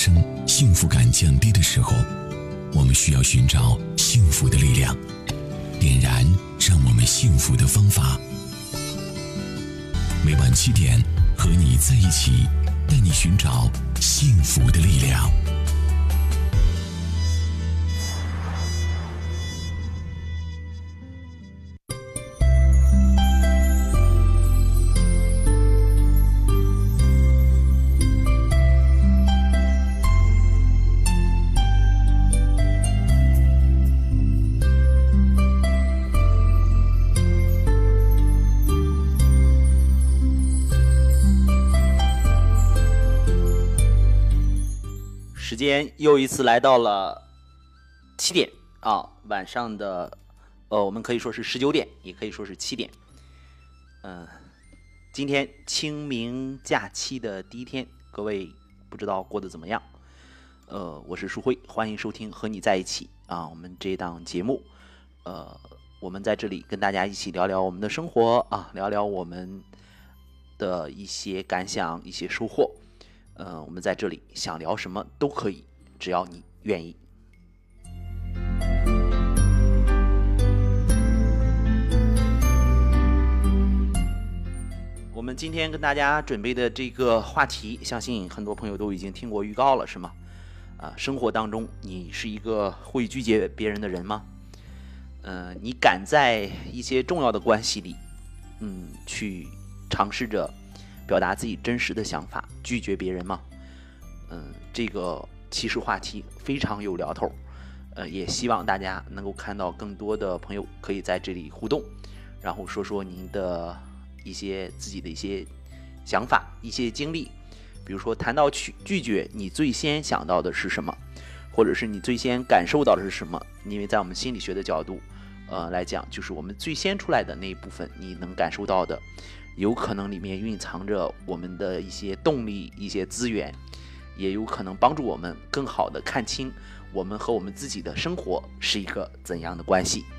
升、幸福感降低的时候，我们需要寻找幸福的力量，点燃让我们幸福的方法。每晚7点，和你在一起，带你寻找幸福的力量。 时间又一次来到了7点啊，晚上的我们可以说是19点，也可以说是7点。今天清明假期的第一天，各位不知道过得怎么样？我是舒辉，欢迎收听和你在一起啊，我们这档节目，我们在这里跟大家一起聊聊我们的生活啊，聊聊我们的一些感想、一些收获。我们在这里想聊什么都可以，只要你愿意。我们今天跟大家准备的这个话题，相信很多朋友都已经听过预告了，是吗？生活当中你是一个会拒绝别人的人吗？你敢在一些重要的关系里，去尝试着表达自己真实的想法，拒绝别人吗？这个其实话题非常有聊头，也希望大家能够看到更多的朋友可以在这里互动，然后说说您的自己的一些想法、一些经历。比如说谈到拒绝，你最先想到的是什么，或者是你最先感受到的是什么？因为在我们心理学的角度，来讲，就是我们最先出来的那一部分，你能感受到的，有可能里面蕴藏着我们的一些动力、一些资源，也有可能帮助我们更好的看清我们和我们自己的生活是一个怎样的关系。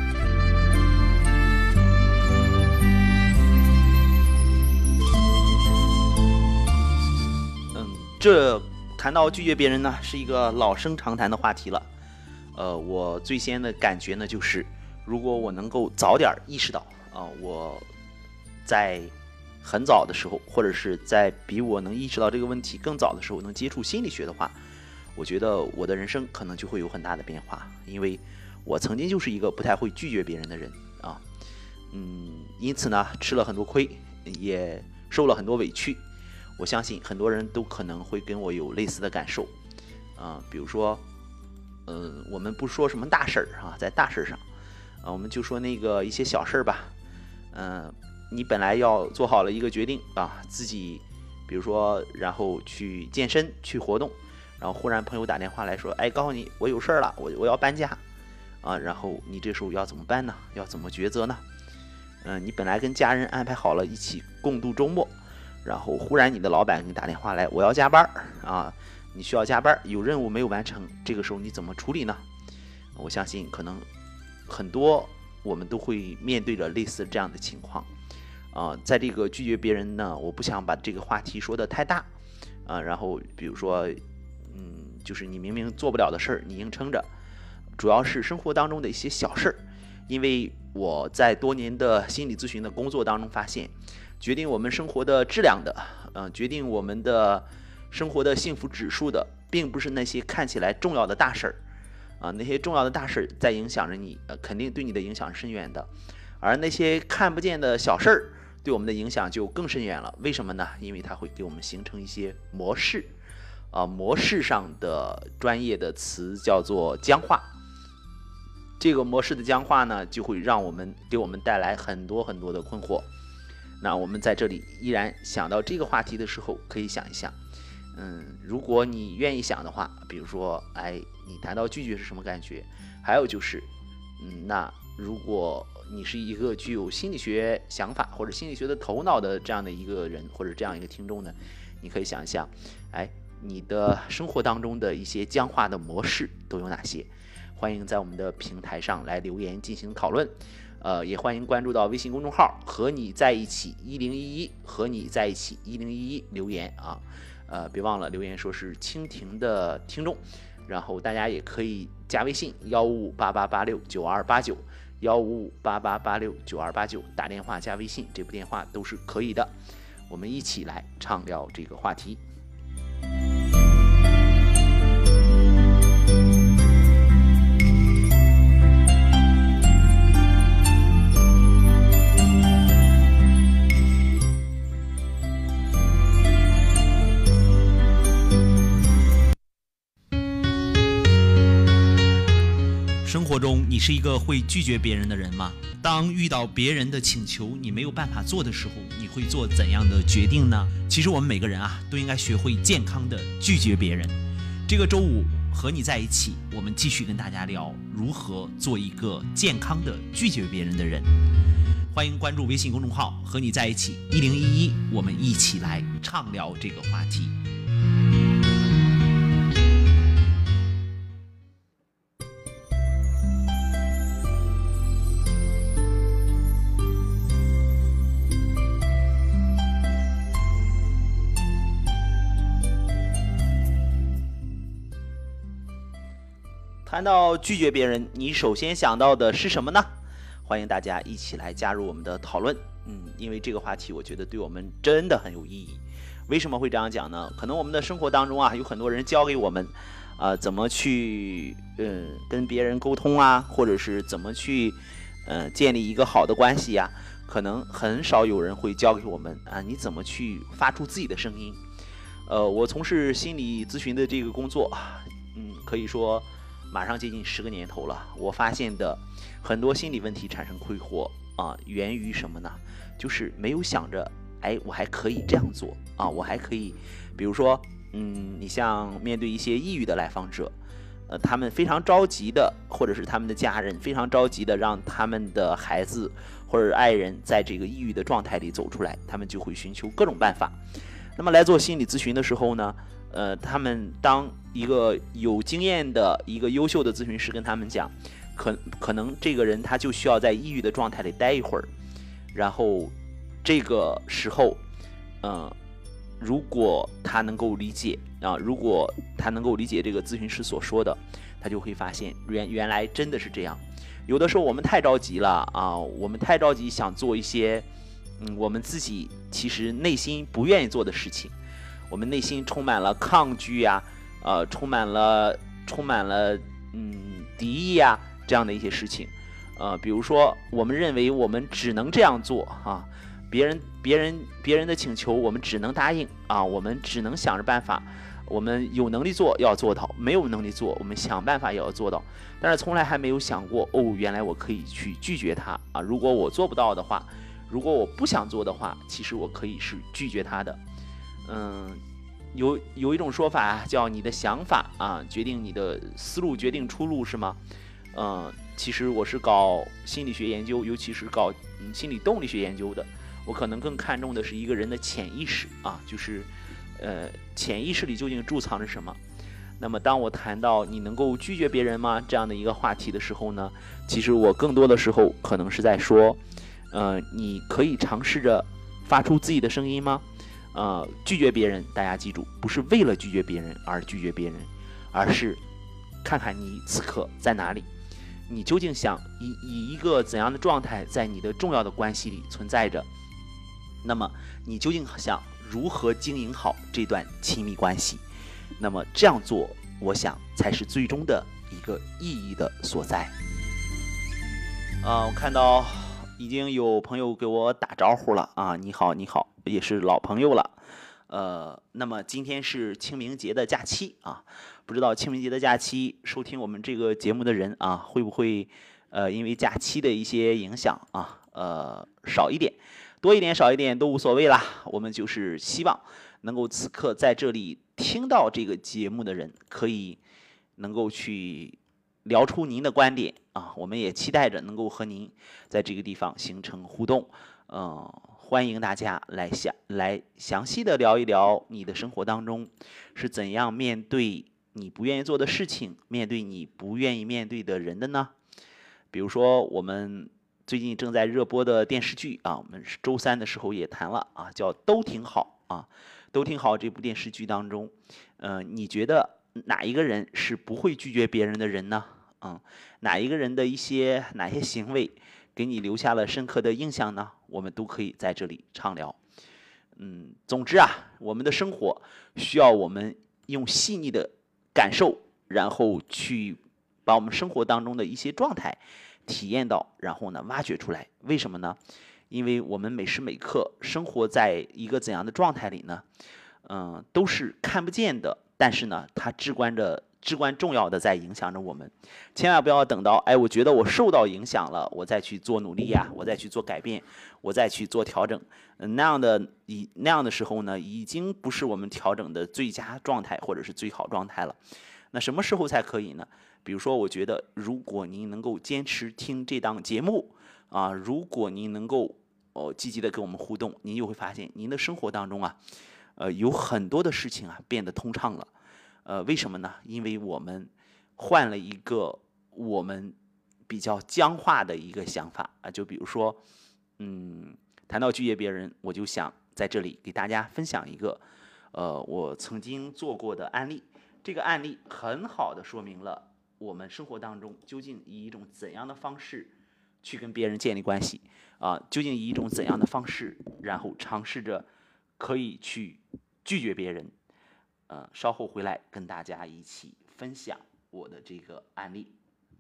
这谈到拒绝别人呢，是一个老生常谈的话题了。我最先的感觉呢，就是如果我能够早点意识到我在很早的时候，或者是在比我能意识到这个问题更早的时候，能接触心理学的话，我觉得我的人生可能就会有很大的变化。因为我曾经就是一个不太会拒绝别人的人啊，因此呢，吃了很多亏，也受了很多委屈。我相信很多人都可能会跟我有类似的感受比如说，我们不说什么大事儿在大事上我们就说那个一些小事儿吧。你本来要做好了一个决定自己比如说然后去健身去活动，然后忽然朋友打电话来说，告诉你我有事儿了，我要搬家然后你这时候要怎么办呢？要怎么抉择呢？你本来跟家人安排好了一起共度周末，然后忽然你的老板给你打电话来，我要加班你需要加班，有任务没有完成，这个时候你怎么处理呢？我相信可能很多我们都会面对着类似这样的情况在这个拒绝别人呢，我不想把这个话题说得太大然后比如说就是你明明做不了的事儿，你硬撑着，主要是生活当中的一些小事儿。因为我在多年的心理咨询的工作当中发现，决定我们生活的质量的决定我们的生活的幸福指数的，并不是那些看起来重要的大事儿那些重要的大事在影响着你肯定对你的影响是深远的，而那些看不见的小事儿对我们的影响就更深远了。为什么呢？因为它会给我们形成一些模式模式上的专业的词叫做僵化。这个模式的僵化呢，就会给我们带来很多很多的困惑。那我们在这里依然想到这个话题的时候，可以想一想如果你愿意想的话，比如说你谈到拒绝是什么感觉，还有就是那如果你是一个具有心理学想法或者心理学的头脑的这样的一个人，或者这样一个听众呢，你可以想一想你的生活当中的一些僵化的模式都有哪些？欢迎在我们的平台上来留言进行讨论也欢迎关注到微信公众号和你在一起1011，和你在一起1011留言别忘了留言说是蜻蜓的听众。然后大家也可以加微信15588869289，15588869289，打电话加微信，这部电话都是可以的。我们一起来畅聊这个话题。 生活中，你是一个会拒绝别人的人吗？当遇到别人的请求你没有办法做的时候，你会做怎样的决定呢？其实我们每个人都应该学会健康的拒绝别人。这个周五和你在一起，我们继续跟大家聊如何做一个健康的拒绝别人的人。欢迎关注微信公众号和你在一起1011，我们一起来畅聊这个话题。 谈到拒绝别人，你首先想到的是什么呢？欢迎大家一起来加入我们的讨论。因为这个话题我觉得对我们真的很有意义。为什么会这样讲呢？可能我们的生活当中有很多人教给我们怎么去跟别人沟通或者是怎么去建立一个好的关系可能很少有人会教给我们你怎么去发出自己的声音。我从事心理咨询的这个工作，可以说马上接近10个年头了。我发现的很多心理问题产生困惑源于什么呢？就是没有想着我还可以这样做我还可以，比如说你像面对一些抑郁的来访者，他们非常着急的，或者是他们的家人非常着急的让他们的孩子或者爱人在这个抑郁的状态里走出来，他们就会寻求各种办法。那么来做心理咨询的时候呢，他们当一个有经验的一个优秀的咨询师跟他们讲，可能这个人他就需要在抑郁的状态里待一会儿，然后这个时候如果他能够理解如果他能够理解这个咨询师所说的，他就会发现原来真的是这样。有的时候我们太着急了我们太着急想做一些我们自己其实内心不愿意做的事情，我们内心充满了抗拒充满了敌意这样的一些事情。比如说我们认为我们只能这样做别人的请求我们只能答应我们只能想着办法，我们有能力做要做到，没有能力做我们想办法也要做到，但是从来还没有想过原来我可以去拒绝他如果我做不到的话，如果我不想做的话，其实我可以是拒绝他的。有一种说法叫你的想法决定你的思路，决定出路，是吗？其实我是搞心理学研究，尤其是搞心理动力学研究的，我可能更看重的是一个人的潜意识就是潜意识里究竟贮藏着什么。那么当我谈到你能够拒绝别人吗这样的一个话题的时候呢，其实我更多的时候可能是在说你可以尝试着发出自己的声音吗？拒绝别人，大家记住，不是为了拒绝别人而拒绝别人，而是看看你此刻在哪里，你究竟想以一个怎样的状态在你的重要的关系里存在着，那么你究竟想如何经营好这段亲密关系，那么这样做我想才是最终的一个意义的所在。我看到已经有朋友给我打招呼了你好你好，也是老朋友了。那么今天是清明节的假期不知道清明节的假期收听我们这个节目的人会不会因为假期的一些影响少一点多一点少一点都无所谓啦。我们就是希望能够此刻在这里听到这个节目的人可以能够去聊出您的观点我们也期待着能够和您在这个地方形成互动。欢迎大家来详细的聊一聊你的生活当中是怎样面对你不愿意做的事情，面对你不愿意面对的人的呢？比如说我们最近正在热播的电视剧我们周3的时候也谈了叫都挺好啊，都挺好这部电视剧当中，你觉得哪一个人是不会拒绝别人的人呢？哪一个人的哪些行为给你留下了深刻的印象呢？我们都可以在这里畅聊。总之啊，我们的生活需要我们用细腻的感受，然后去把我们生活当中的一些状态体验到，然后呢挖掘出来。为什么呢？因为我们每时每刻生活在一个怎样的状态里呢？都是看不见的，但是呢，它至关重要的在影响着我们。千万不要等到我觉得我受到影响了，我再去做努力呀，我再去做改变，我再去做调整。那样的时候呢，已经不是我们调整的最佳状态或者是最好状态了。那什么时候才可以呢？比如说，我觉得如果您能够坚持听这档节目啊，如果您能够积极的跟我们互动，您就会发现您的生活当中啊，有很多的事情啊变得通畅了。为什么呢？因为我们换了一个我们比较僵化的一个想法啊，就比如说，谈到拒绝别人，我就想在这里给大家分享一个，我曾经做过的案例。这个案例很好的说明了我们生活当中究竟以一种怎样的方式去跟别人建立关系啊，究竟以一种怎样的方式，然后尝试着可以去拒绝别人。稍后回来跟大家一起分享我的这个案例。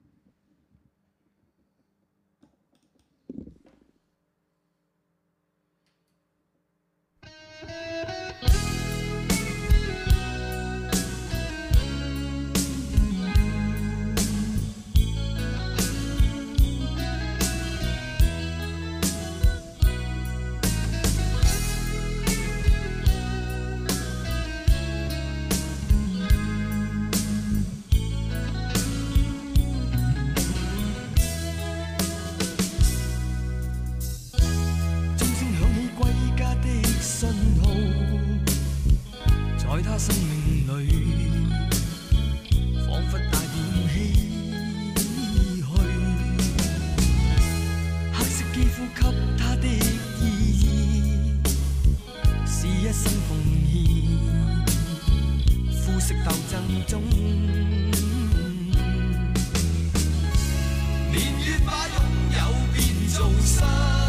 在他生命里，仿佛帶點唏噓。黑色肌膚給他的意義，是一生奉獻。膚色鬥爭中，年月把擁有變做失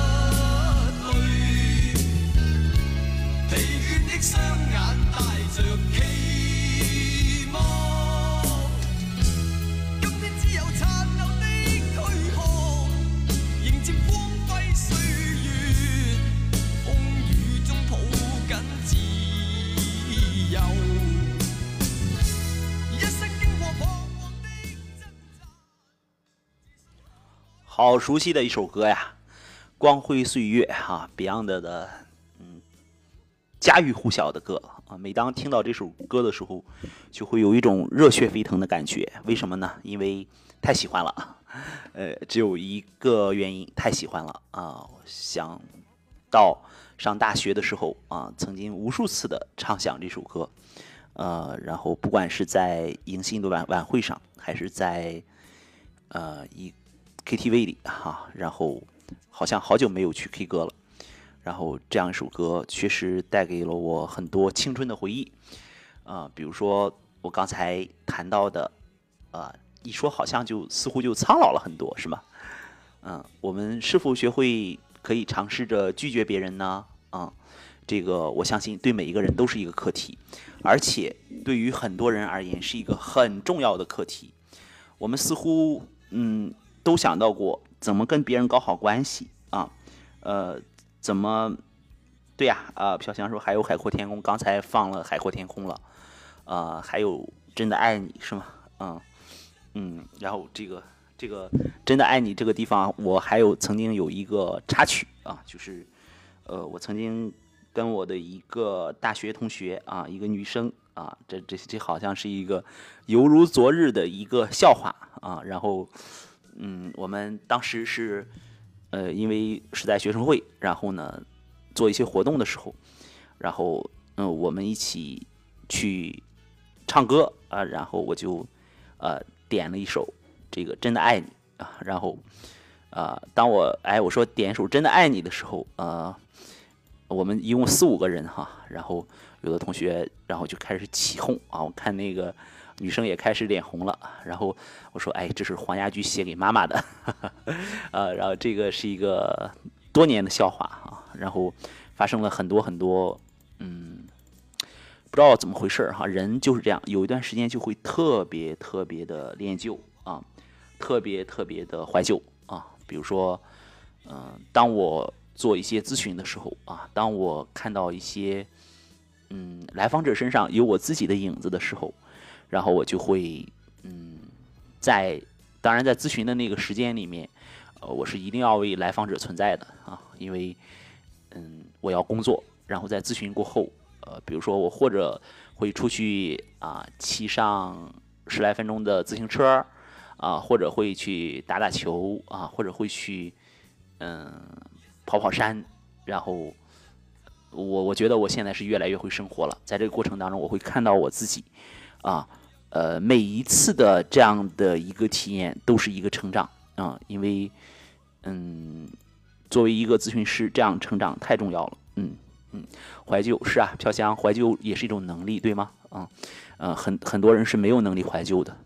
去，疲倦的雙眼帶着期望，今天只有殘留的軀殼，迎接光輝歲月，風雨中抱緊自由，一生經過彷徨的掙扎。 好熟悉的一首歌呀，《光辉岁月》哈，Beyond 的家喻户晓的歌啊。每当听到这首歌的时候，就会有一种热血沸腾的感觉。为什么呢？因为太喜欢了。只有一个原因，太喜欢了啊！想到上大学的时候啊，曾经无数次的唱响这首歌。然后不管是在迎新的晚会上，还是在KTV 里哈，然后好像好久没有去 K 歌了。然后这样一首歌确实带给了我很多青春的回忆，比如说我刚才谈到的，一说好像似乎就苍老了很多，是吗？我们是否学会可以尝试着拒绝别人呢？这个我相信对每一个人都是一个课题，而且对于很多人而言是一个很重要的课题。我们似乎都想到过怎么跟别人搞好关系啊，怎么对呀飘香说还有海阔天空，刚才放了海阔天空了，还有真的爱你是吗？然后这个真的爱你这个地方，我还曾经有一个插曲啊，就是我曾经跟我的一个大学同学啊，一个女生啊，这好像是一个犹如昨日的一个笑话啊。然后我们当时是因为是在学生会，然后呢做一些活动的时候，然后我们一起去唱歌啊，然后我就点了一首这个真的爱你啊，然后当我说点一首真的爱你的时候， 我们一共4、5个人哈，然后有的同学然后就开始起哄啊，我看那个女生也开始脸红了，然后我说，哎，这是黄家驹写给妈妈的，然后这个是一个多年的笑话啊，然后发生了很多很多，不知道怎么回事哈，人就是这样，有一段时间就会特别特别的恋旧啊，特别特别的怀旧啊，比如说，当我做一些咨询的时候啊，当我看到一些来访者身上有我自己的影子的时候，然后我就会当然在咨询的那个时间里面，我是一定要为来访者存在的啊，因为我要工作，然后在咨询过后，比如说我或者会出去骑上10来分钟的自行车或者会去打打球或者会去跑跑山，然后我觉得我现在是越来越会生活了，在这个过程当中，我会看到我自己每一次的这样的一个体验都是一个成长因为作为一个咨询师，这样成长太重要了。怀旧是啊，飘香，怀旧也是一种能力，对吗？很多人是没有能力怀旧的。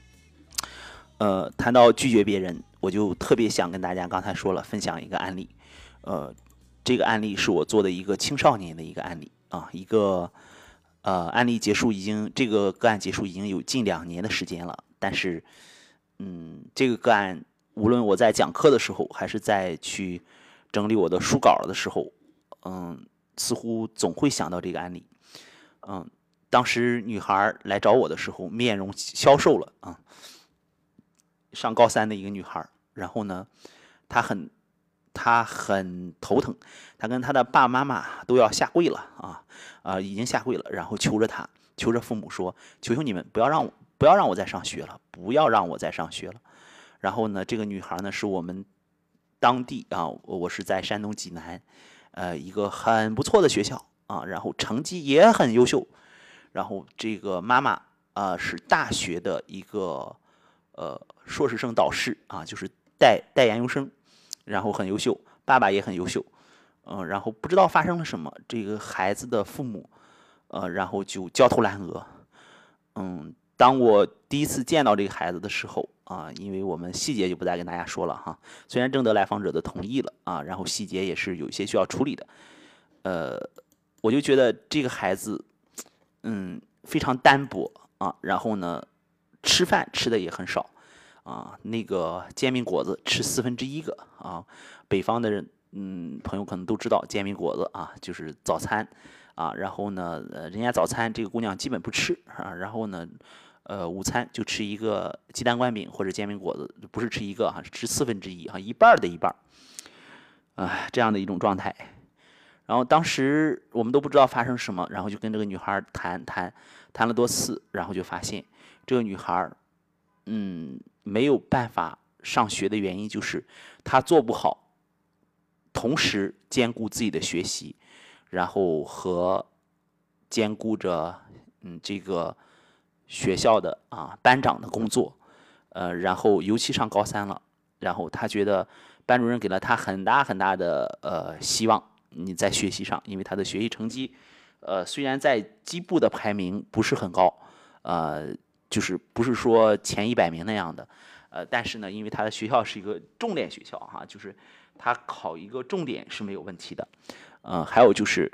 谈到拒绝别人，我就特别想跟大家刚才说了分享一个案例。这个案例是我做的一个青少年的一个案例一个案例结束这个个案结束已经有近2年的时间了，但是这个个案无论我在讲课的时候，还是在去整理我的书稿的时候，似乎总会想到这个案例。当时女孩来找我的时候，面容消瘦了上高3的一个女孩，然后呢，她很头疼，她跟她的爸爸妈妈都要下跪了已经下跪了，然后求着父母说，求求你们不要让我再上学了，不要让我再上学了。然后呢，这个女孩呢是我们当地我是在山东济南一个很不错的学校然后成绩也很优秀，然后这个妈妈是大学的一个硕士生导师就是带研究生，然后很优秀，爸爸也很优秀，然后不知道发生了什么，这个孩子的父母然后就焦头烂额。当我第一次见到这个孩子的时候因为我们细节就不再跟大家说了哈，虽然征得来访者的同意了然后细节也是有一些需要处理的，我就觉得这个孩子非常单薄然后呢吃饭吃的也很少那个煎饼果子吃1/4个北方的人朋友可能都知道煎饼果子就是早餐然后呢人家早餐这个姑娘基本不吃然后呢午餐就吃一个鸡蛋灌饼或者煎饼果子，不是吃一个是吃1/4一半的一半这样的一种状态。然后当时我们都不知道发生什么，然后就跟这个女孩谈了多次，然后就发现这个女孩没有办法上学的原因就是她做不好同时兼顾自己的学习，然后和兼顾着这个学校的班长的工作，然后尤其上高3了，然后他觉得班主任给了他很大很大的希望你在学习上，因为他的学习成绩虽然在基部的排名不是很高，就是不是说前100名那样的，但是呢，因为他的学校是一个重点学校就是他考一个重点是没有问题的，还有就是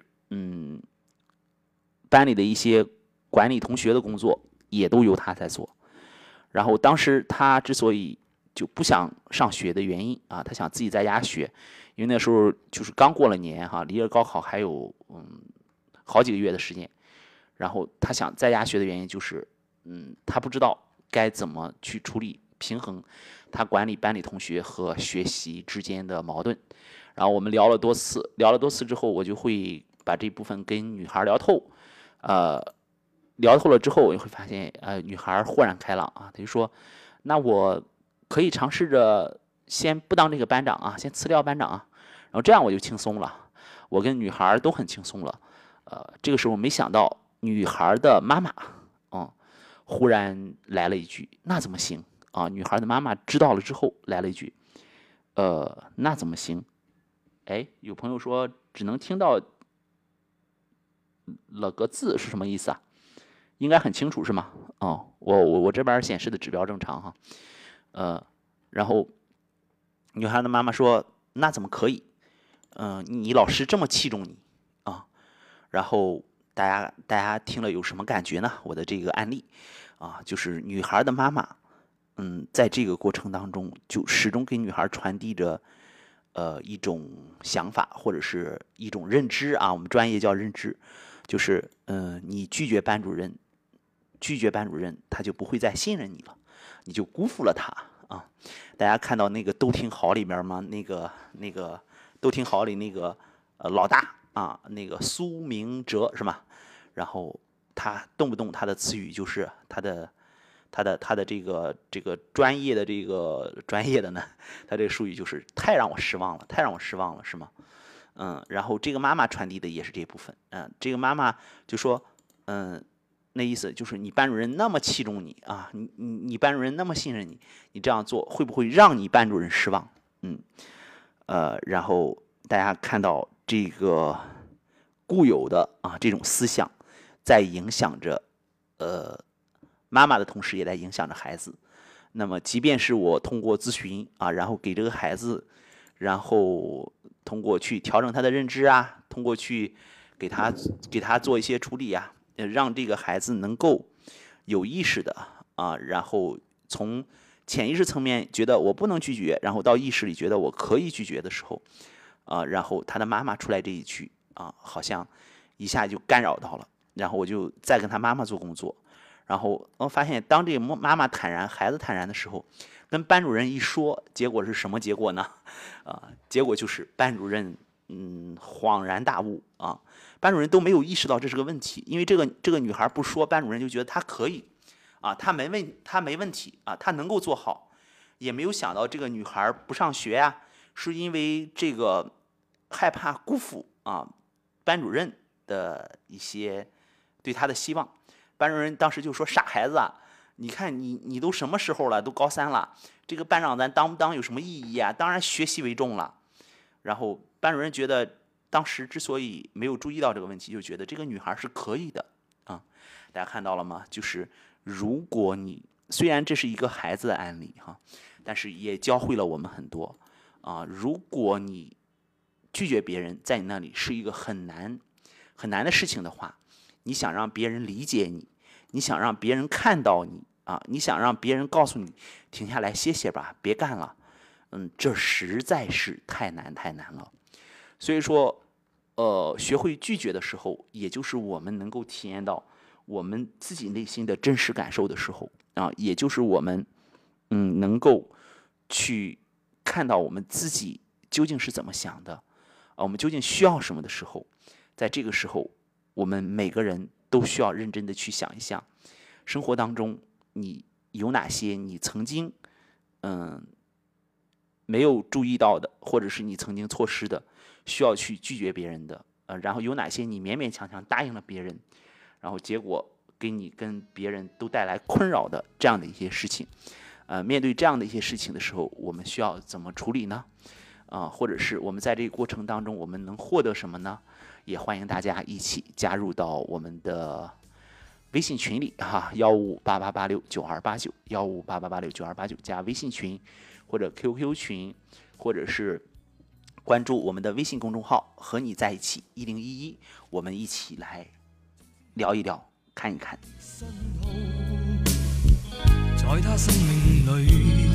班里的一些管理同学的工作也都由他在做。然后当时他之所以就不想上学的原因他想自己在家学，因为那时候就是刚过了年离着高考还有好几个月的时间，然后他想在家学的原因就是他不知道该怎么去处理平衡他管理班里同学和学习之间的矛盾。然后我们聊了多次之后，我就会把这部分跟女孩聊透，聊透了之后，我就会发现女孩豁然开朗她就说，那我可以尝试着先不当这个班长先辞掉班长然后这样我就轻松了，我跟女孩都很轻松了。这个时候没想到女孩的妈妈忽然来了一句，那怎么行女孩的妈妈知道了之后来了一句，那怎么行？有朋友说只能听到了个字是什么意思啊？应该很清楚是吗？哦，我这边显示的指标正常哈。然后女孩的妈妈说：“那怎么可以？你老师这么器重你啊。”然后大家听了有什么感觉呢？我的这个案例啊，就是女孩的妈妈，在这个过程当中就始终给女孩传递着一种想法或者是一种认知啊，我们专业叫认知，就是你拒绝班主任，他就不会再信任你了，你就辜负了他啊。大家看到那个都挺好里面吗？那个都挺好里那个老大啊，那个苏明哲是吗？然后他动不动他的词语就是他的这个专业的呢，他这个术语就是太让我失望了，是吗？然后这个妈妈传递的也是这部分，这个妈妈就说，那意思就是你班主任那么器重你啊，你班主任那么信任你，你这样做会不会让你班主任失望？然后大家看到这个固有的这种思想，在影响着妈妈的同时，也在影响着孩子。那么，即便是我通过咨询然后给这个孩子，然后通过去调整他的认知通过去给他做一些处理让这个孩子能够有意识的然后从潜意识层面觉得我不能拒绝，然后到意识里觉得我可以拒绝的时候，然后他的妈妈出来这一句好像一下就干扰到了，然后我就再跟他妈妈做工作，然后我发现当这个妈妈坦然，孩子坦然的时候，跟班主任一说，结果是什么结果呢？结果就是班主任恍然大悟班主任都没有意识到这是个问题，因为这个女孩不说，班主任就觉得她可以她没问题她能够做好，也没有想到这个女孩不上学是因为这个害怕辜负班主任的一些对她的希望。班主任当时就说：“傻孩子你看你都什么时候了，都高3了，这个班长咱当不当有什么意义当然学习为重了。”然后班主任觉得当时之所以没有注意到这个问题，就觉得这个女孩是可以的大家看到了吗？就是如果你虽然这是一个孩子的案例但是也教会了我们很多如果你拒绝别人在你那里是一个很难的事情的话，你想让别人理解你，你想让别人看到你你想让别人告诉你停下来歇歇吧，别干了，这实在是太难了。所以说学会拒绝的时候，也就是我们能够体验到我们自己内心的真实感受的时候也就是我们能够去看到我们自己究竟是怎么想的我们究竟需要什么的时候，在这个时候我们每个人都需要认真的去想一想，生活当中你有哪些你曾经没有注意到的，或者是你曾经错失的，需要去拒绝别人的然后有哪些你勉勉强强答应了别人，然后结果给你跟别人都带来困扰的这样的一些事情面对这样的一些事情的时候，我们需要怎么处理呢？或者是我们在这个过程当中我们能获得什么呢？也欢迎大家一起加入到我们的微信群里15888692289，15888692289，加微信群或者 QQ 群，或者是关注我们的微信公众号和你在一起1011，我们一起来聊一聊，看一看。 在他生命里，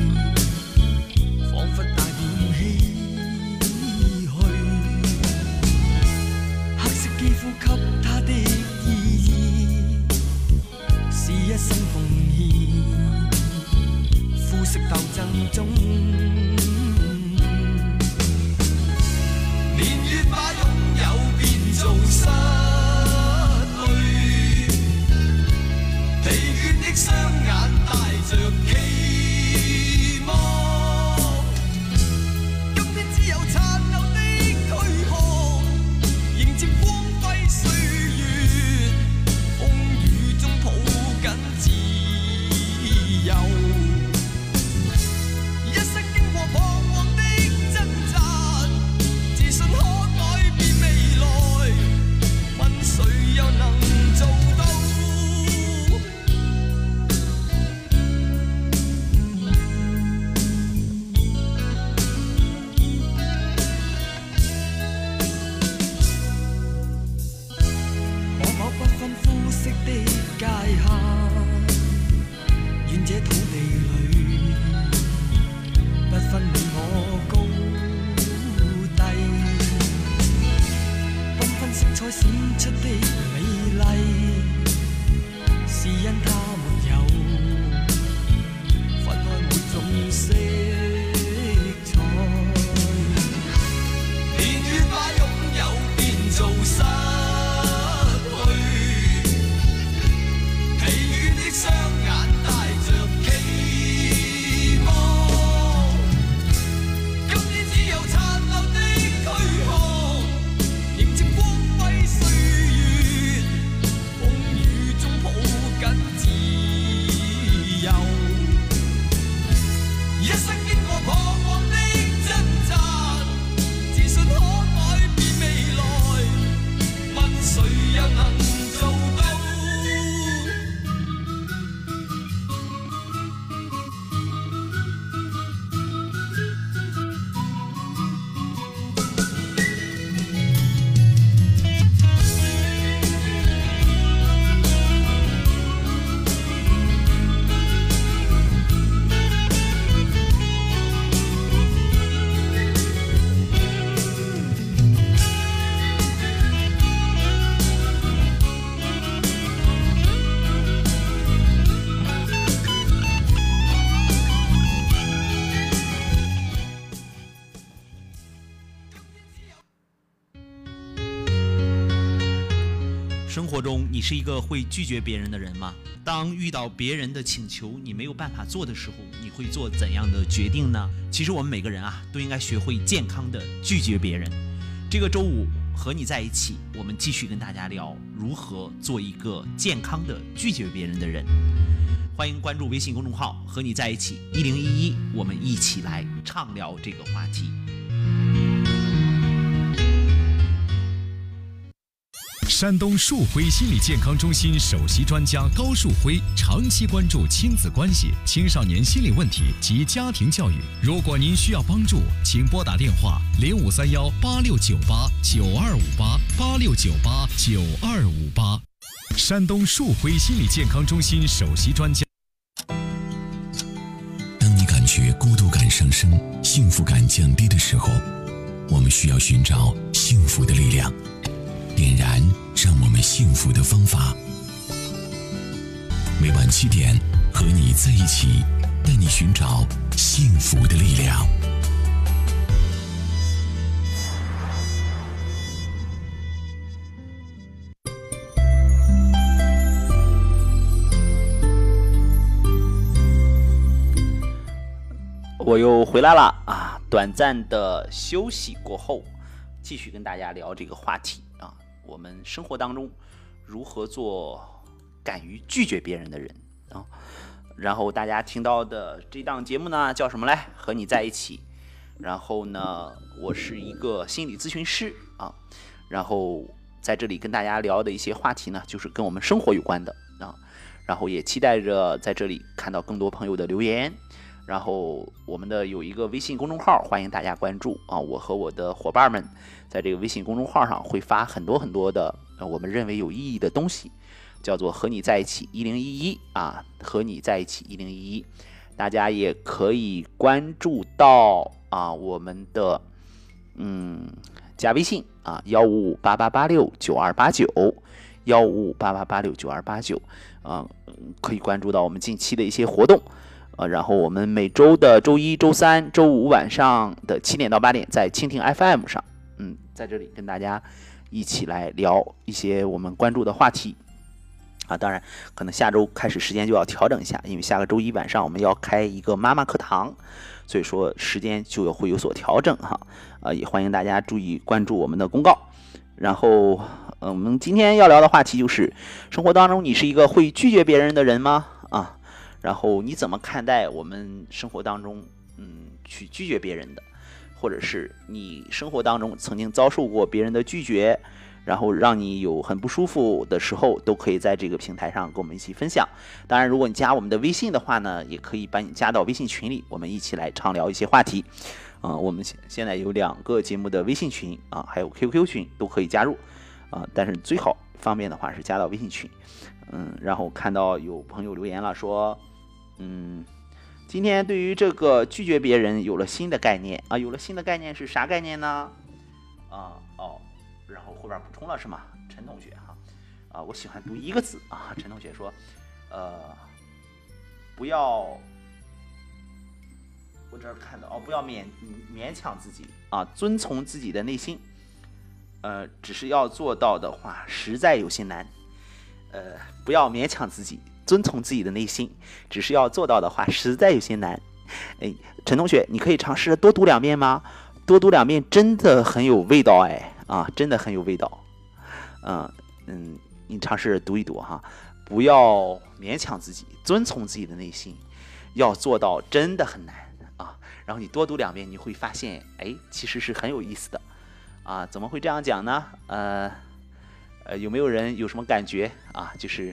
仿佛帶點唏噓。黑色肌膚給他的意義，是一生奉獻。膚色鬥爭中，年月把擁有變做失去，疲倦的雙眼帶着期望，今天只有殘留的軀殼，迎接光輝歲月，風雨中抱緊自由。一生活中，你是一个会拒绝别人的人吗？当遇到别人的请求你没有办法做的时候，你会做怎样的决定呢？其实我们每个人啊，都应该学会健康的拒绝别人。这个周五和你在一起，我们继续跟大家聊如何做一个健康的拒绝别人的人。欢迎关注微信公众号“和你在一起1011”，我们一起来畅聊这个话题。 山东树辉心理健康中心首席专家高树辉长期关注亲子关系、青少年心理问题及家庭教育。如果您需要帮助，请拨打电话05318698925886989258。山东树辉心理健康中心首席专家。 当你感觉孤独感上升、幸福感降低的时候，我们需要寻找幸福的力量，点燃让我们幸福的方法。每晚7点，和你在一起，带你寻找幸福的力量。 我又回来了啊！短暂的休息过后，继续跟大家聊这个话题啊。我们生活当中如何做敢于拒绝别人的人啊？然后大家听到的这档节目呢，叫什么来？和你在一起。然后呢，我是一个心理咨询师啊。然后在这里跟大家聊的一些话题呢，就是跟我们生活有关的啊。然后也期待着在这里看到更多朋友的留言。然后我们的有一个微信公众号，欢迎大家关注啊！我和我的伙伴们在这个微信公众号上会发很多的我们认为有意义的东西，叫做和你在一起1011啊，和你在一起1011，大家也可以关注到啊我们的加微信啊15588692289，15588692289可以关注到我们近期的一些活动。然后我们每周的周一、周三、周五晚上的7点到8点，在蜻蜓 FM 上，在这里跟大家一起来聊一些我们关注的话题啊。当然，可能下周开始时间就要调整一下，因为下个周一晚上我们要开一个妈妈课堂，所以说时间就会有所调整哈。也欢迎大家注意关注我们的公告。然后，我们今天要聊的话题就是：生活当中你是一个会拒绝别人的人吗？啊？然后你怎么看待我们生活当中去拒绝别人的，或者是你生活当中曾经遭受过别人的拒绝，然后让你有很不舒服的时候，都可以在这个平台上跟我们一起分享。当然如果你加我们的微信的话呢，也可以把你加到微信群里，我们一起来畅聊一些话题。我们现在有2个节目的微信群啊，还有 QQ 群都可以加入但是最好方便的话是加到微信群。然后看到有朋友留言了，说今天对于这个拒绝别人有了新的概念啊，有了新的概念是啥概念呢？然后后边补充了是吗？陈同学哈，我喜欢读一个字啊。陈同学说，不要，我这儿看到不要勉强自己啊，遵从自己的内心，只是要做到的话，实在有些难。不要勉强自己。遵从自己的内心，只是要做到的话，实在有些难。陈同学，你可以尝试多读2遍吗？多读2遍真的很有味道真的很有味道。你尝试读一读哈，不要勉强自己，遵从自己的内心，要做到真的很难啊。然后你多读2遍，你会发现，其实是很有意思的啊。怎么会这样讲呢？有没有人有什么感觉啊？就是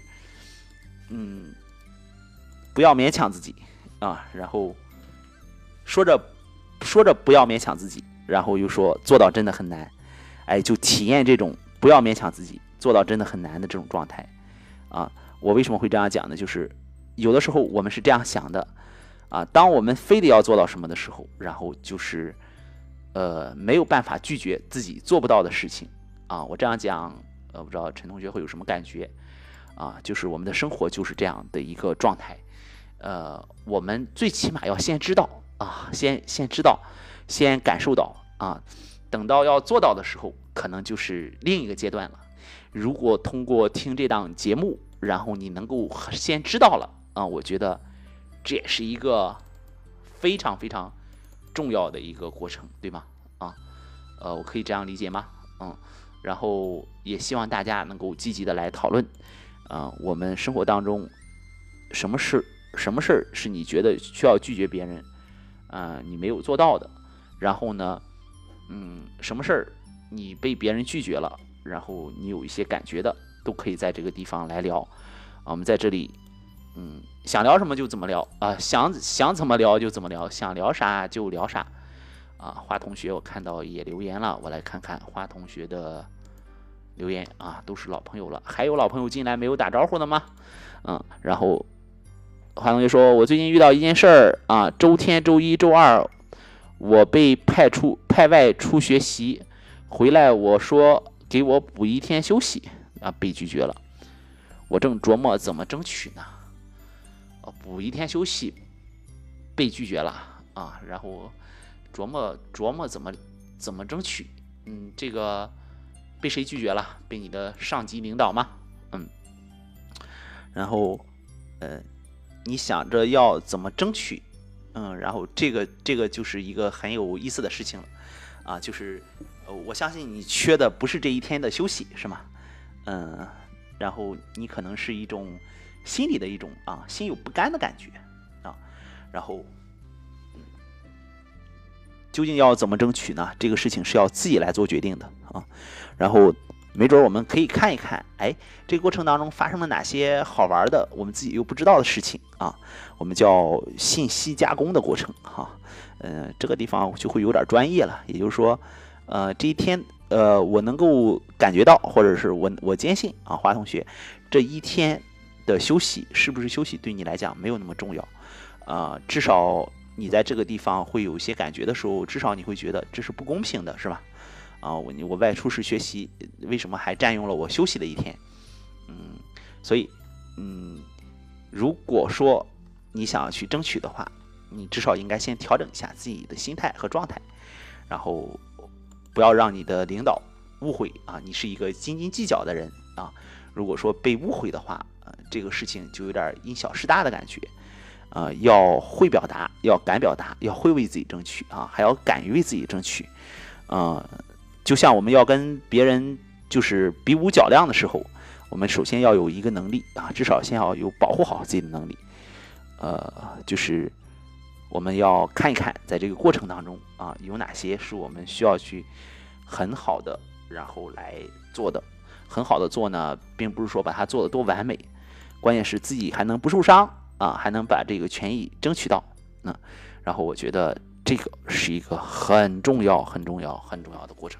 不要勉强自己啊，然后说着不要勉强自己，然后又说做到真的很难，就体验这种不要勉强自己，做到真的很难的这种状态啊。我为什么会这样讲呢？就是有的时候我们是这样想的啊，当我们非得要做到什么的时候，然后就是没有办法拒绝自己做不到的事情啊。我这样讲，不知道陈同学会有什么感觉？就是我们的生活就是这样的一个状态，我们最起码要先知道先知道，先感受到等到要做到的时候，可能就是另一个阶段了。 如果通过听这档节目，然后你能够先知道了啊，我觉得这也是一个非常非常重要的一个过程，对吗？我可以这样理解吗？然后也希望大家能够积极的来讨论，我们生活当中什么事儿是你觉得需要拒绝别人，你没有做到的，然后呢，什么事儿你被别人拒绝了，然后你有一些感觉的，都可以在这个地方来聊。我们在这里，想聊什么就怎么聊啊，想怎么聊就怎么聊，想聊啥就聊啥。华同学我看到也留言了，我来看看华同学的留言啊，都是老朋友了。还有老朋友进来没有打招呼的吗？然后华同学说，我最近遇到一件事儿啊，周天、周一、周二我被派外出学习，回来我说给我补一天休息啊，被拒绝了。我正琢磨怎么争取呢。补一天休息被拒绝了啊，然后琢磨怎么争取。这个被谁拒绝了？被你的上级领导吗？然后你想着要怎么争取？然后这个就是一个很有意思的事情了啊，就是我相信你缺的不是这一天的休息，是吗？然后你可能是一种心里的一种心有不甘的感觉啊，然后究竟要怎么争取呢？这个事情是要自己来做决定的啊。然后没准我们可以看一看，这个过程当中发生了哪些好玩的，我们自己又不知道的事情啊。我们叫信息加工的过程哈。这个地方就会有点专业了，也就是说，这一天我能够感觉到，或者是我坚信啊，华同学这一天的休息是不是休息对你来讲没有那么重要，至少你在这个地方会有一些感觉的时候，至少你会觉得这是不公平的，是吧？我外出时学习，为什么还占用了我休息的一天？所以如果说你想要去争取的话，你至少应该先调整一下自己的心态和状态，然后不要让你的领导误会啊，你是一个斤斤计较的人啊。如果说被误会的话，这个事情就有点因小失大的感觉。要会表达，要敢表达，要会为自己争取啊，还要敢于为自己争取。就像我们要跟别人就是比武较量的时候，我们首先要有一个能力啊，至少先要有保护好自己的能力。就是我们要看一看，在这个过程当中啊，有哪些是我们需要去很好的，然后来做的。很好的做呢，并不是说把它做得多完美，关键是自己还能不受伤啊，还能把这个权益争取到。然后我觉得这个是一个很重要的过程。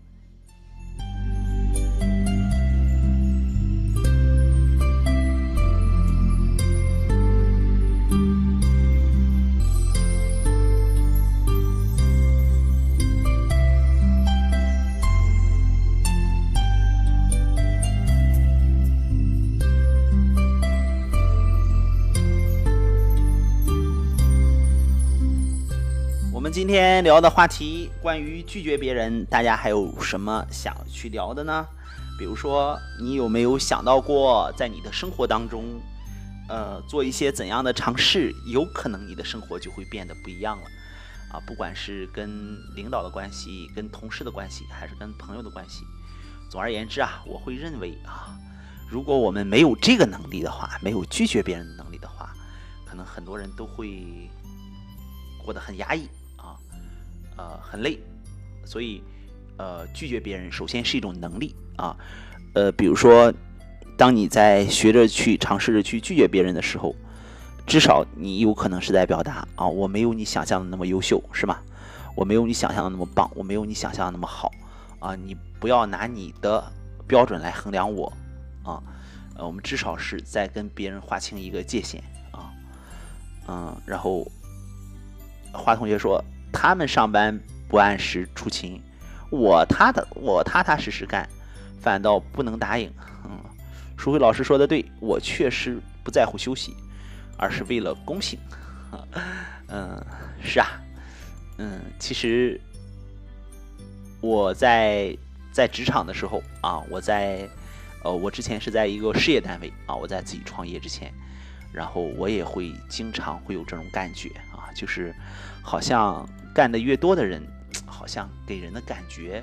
我们今天聊的话题关于拒绝别人，大家还有什么想去聊的呢？比如说你有没有想到过在你的生活当中做一些怎样的尝试，有可能你的生活就会变得不一样了啊，不管是跟领导的关系，跟同事的关系，还是跟朋友的关系。总而言之啊，我会认为啊，如果我们没有这个能力的话，没有拒绝别人的能力的话，可能很多人都会过得很压抑很累。所以拒绝别人首先是一种能力啊。比如说当你在学着去尝试着去拒绝别人的时候，至少你有可能是在表达啊，我没有你想象的那么优秀，是吧？我没有你想象的那么棒，我没有你想象的那么好啊，你不要拿你的标准来衡量我啊。我们至少是在跟别人划清一个界限啊。然后华同学说他们上班不按时出勤，我踏踏实实干，反倒不能答应。淑慧老师说的对，我确实不在乎休息，而是为了公平。是啊，其实我在在职场的时候啊，我之前是在一个事业单位啊，我在自己创业之前，然后我也会经常会有这种感觉啊，就是好像干得越多的人，好像给人的感觉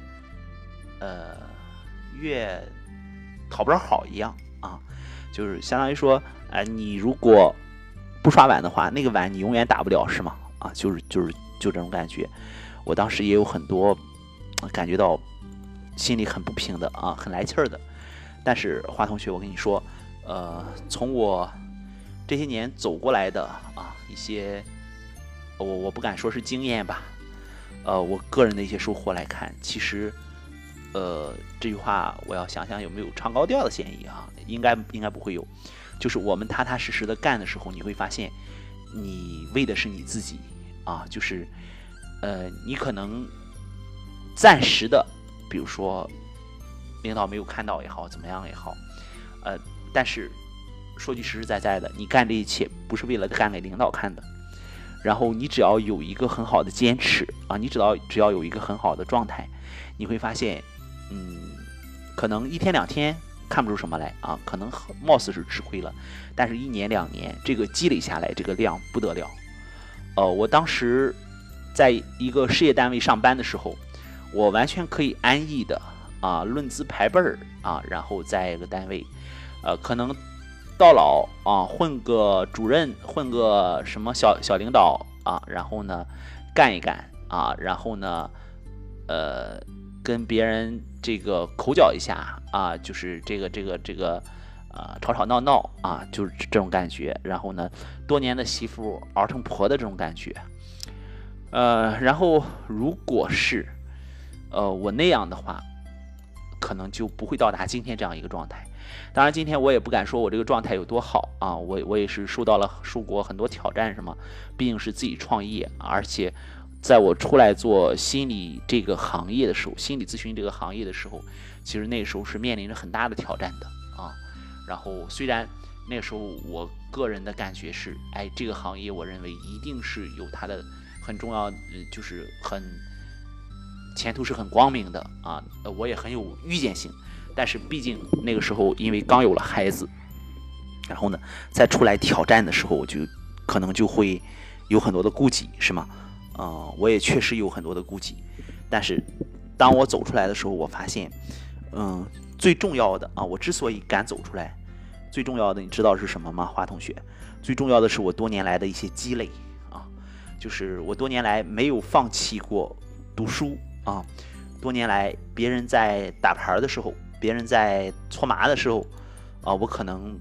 越讨不着好一样啊，就是相当于说，你如果不刷碗的话，那个碗你永远打不了，是吗？啊，就这种感觉。我当时也有很多感觉到心里很不平的啊，很来气儿的。但是华同学，我跟你说，从我这些年走过来的啊一些，我不敢说是经验吧，我个人的一些收获来看，其实，这句话我要想想有没有唱高调的嫌疑啊？应该不会有。就是我们踏踏实实的干的时候，你会发现，你为的是你自己啊，就是你可能暂时的，比如说领导没有看到也好，怎么样也好，但是说句实实在在的，你干这一切不是为了干给领导看的。然后你只要有一个很好的坚持啊，你只要有一个很好的状态，你会发现，可能1天2天看不出什么来啊，可能貌似是吃亏了，但是1年2年这个积累下来，这个量不得了。我当时在一个事业单位上班的时候，我完全可以安逸的啊论资排辈儿啊，然后在一个单位，可能到老啊混个主任，混个什么小领导啊，然后呢干一干啊，然后呢跟别人这个口角一下啊，就是这个吵吵闹闹啊，就是这种感觉。然后呢，多年的媳妇熬成婆的这种感觉。然后如果是我那样的话，可能就不会到达今天这样一个状态。当然，今天我也不敢说我这个状态有多好啊，我也是受过很多挑战，什么，毕竟是自己创业，而且在我出来做心理这个行业的时候，心理咨询这个行业的时候，其实那个时候是面临着很大的挑战的啊。然后虽然那个时候我个人的感觉是，这个行业我认为一定是有它的很重要，就是前途是很光明的啊，我也很有预见性。但是毕竟那个时候因为刚有了孩子，然后呢再出来挑战的时候，我就可能就会有很多的顾忌，是吗？我也确实有很多的顾忌。但是当我走出来的时候，我发现最重要的啊，我之所以敢走出来，最重要的你知道是什么吗，华同学？最重要的是我多年来的一些积累啊，就是我多年来没有放弃过读书啊，多年来别人在打牌的时候，别人在搓麻的时候啊，我可能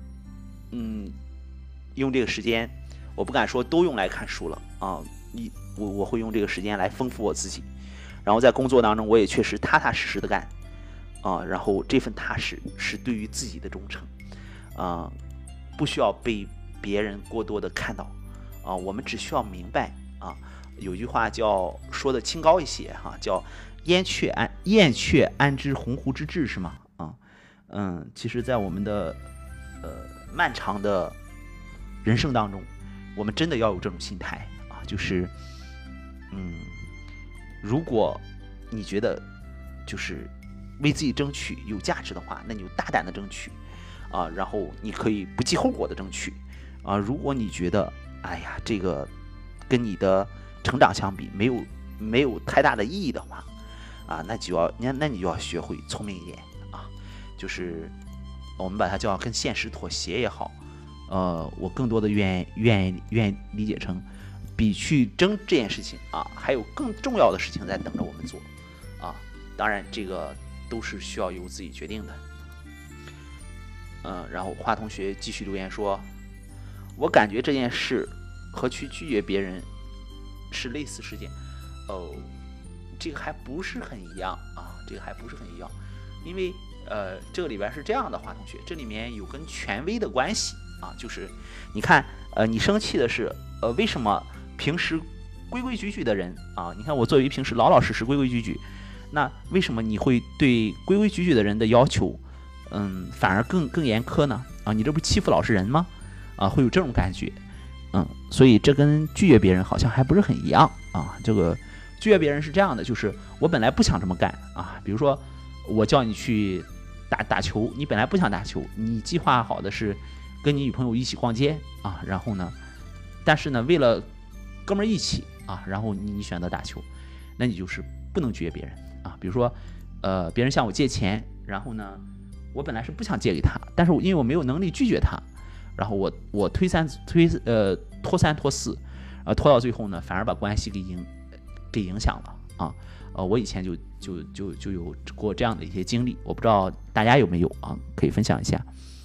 用这个时间，我不敢说都用来看书了啊，我会用这个时间来丰富我自己。然后在工作当中，我也确实踏踏实实的干啊，然后这份踏实是对于自己的忠诚啊，不需要被别人过多的看到啊，我们只需要明白啊，有句话叫说的清高一些哈，叫燕雀安知鸿鹄之志，是吗？其实在我们的漫长的人生当中，我们真的要有这种心态啊，就是如果你觉得就是为自己争取有价值的话，那你就大胆的争取啊，然后你可以不计后果的争取啊。如果你觉得这个跟你的成长相比没有太大的意义的话啊，那你就要学会聪明一点啊，就是我们把它叫跟现实妥协也好，我更多的愿意理解成，比去争这件事情啊，还有更重要的事情在等着我们做啊。当然，这个都是需要由自己决定的。然后华同学继续留言说，我感觉这件事和去拒绝别人是类似事件。这个还不是很一样啊，因为这个里边是这样的，华同学，这里面有跟权威的关系啊，就是你看，你生气的是为什么平时规规矩矩的人啊，你看我作为平时老老实实规规矩矩，那为什么你会对规规矩矩的人的要求反而更严苛呢？啊，你这不欺负老实人吗？啊，会有这种感觉。所以这跟拒绝别人好像还不是很一样啊。这个拒绝别人是这样的，就是我本来不想这么干啊，比如说我叫你去打球，你本来不想打球，你计划好的是跟你女朋友一起逛街啊，然后呢，但是呢，为了哥们儿义气啊，然后你选择打球，那你就是不能拒绝别人啊。比如说，别人向我借钱，然后呢，我本来是不想借给他，但是因为我没有能力拒绝他，然后我拖三拖四，拖到最后呢，反而把关系给影响了啊。我以前就有过这样的一些经历，我不知道大家有没有啊，可以分享一下。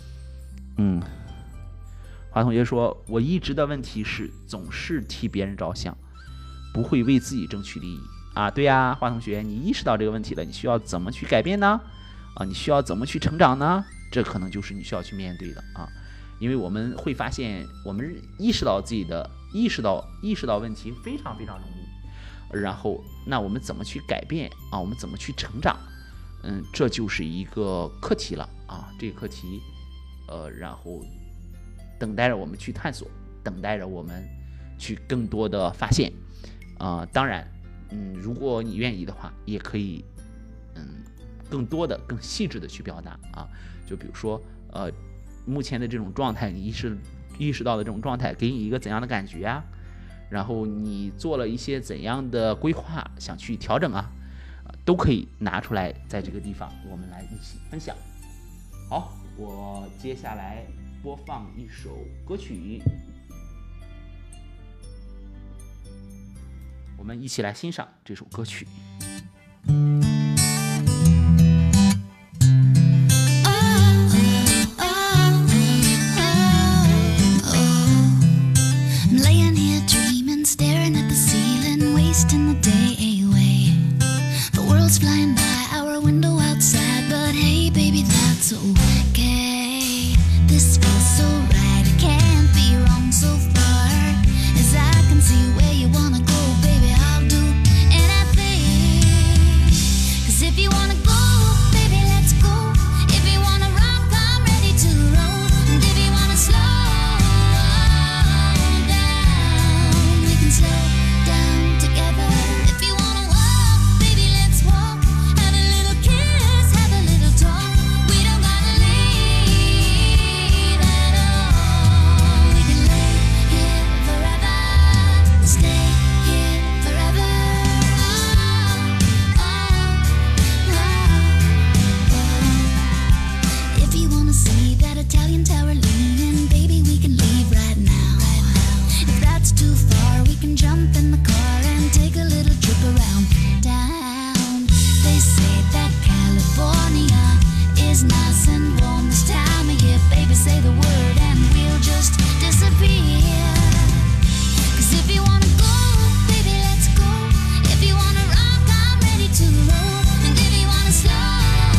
华同学说，我一直的问题是总是替别人着想，不会为自己争取利益啊。对呀，华同学，你意识到这个问题了，你需要怎么去改变呢？你需要怎么去成长呢？这可能就是你需要去面对的啊。因为我们会发现，我们意识到问题非常非常容易，然后那我们怎么去改变啊？我们怎么去成长？这就是一个课题了啊。这个课题，然后等待着我们去探索，等待着我们去更多的发现当然，如果你愿意的话，也可以更多的、更细致的去表达啊。就比如说目前的这种状态，你意识到的这种状态给你一个怎样的感觉啊？然后你做了一些怎样的规划，想去调整啊，都可以拿出来，在这个地方我们来一起分享。好，我接下来播放一首歌曲，我们一起来欣赏这首歌曲。 Wasting the day away. The world's flying by our window outside, but hey, baby, that's okay. This feels so right, it can't be wrong so far. As I can see where you wanna go, baby, I'll do anything. 'Cause if you wanna go, baby, let's go. If you wanna rock, I'm ready to roll. And if you wanna slow down, we can slow down together. If you wanna walk, baby, let's walk. Have a little kiss, have a little talk. We don't gotta leave at all. We can lay here forever, stay here forever. If you wanna see that Italian tower leaning, baby, we can leave right now. If that's too far, we can jump in the car and take a little trip around town. They say that California is nice and warm this time of year. Baby, say the word and we'll just disappear. 'Cause if you wanna go, baby, let's go. If you wanna rock, I'm ready to roll. And if you wanna slow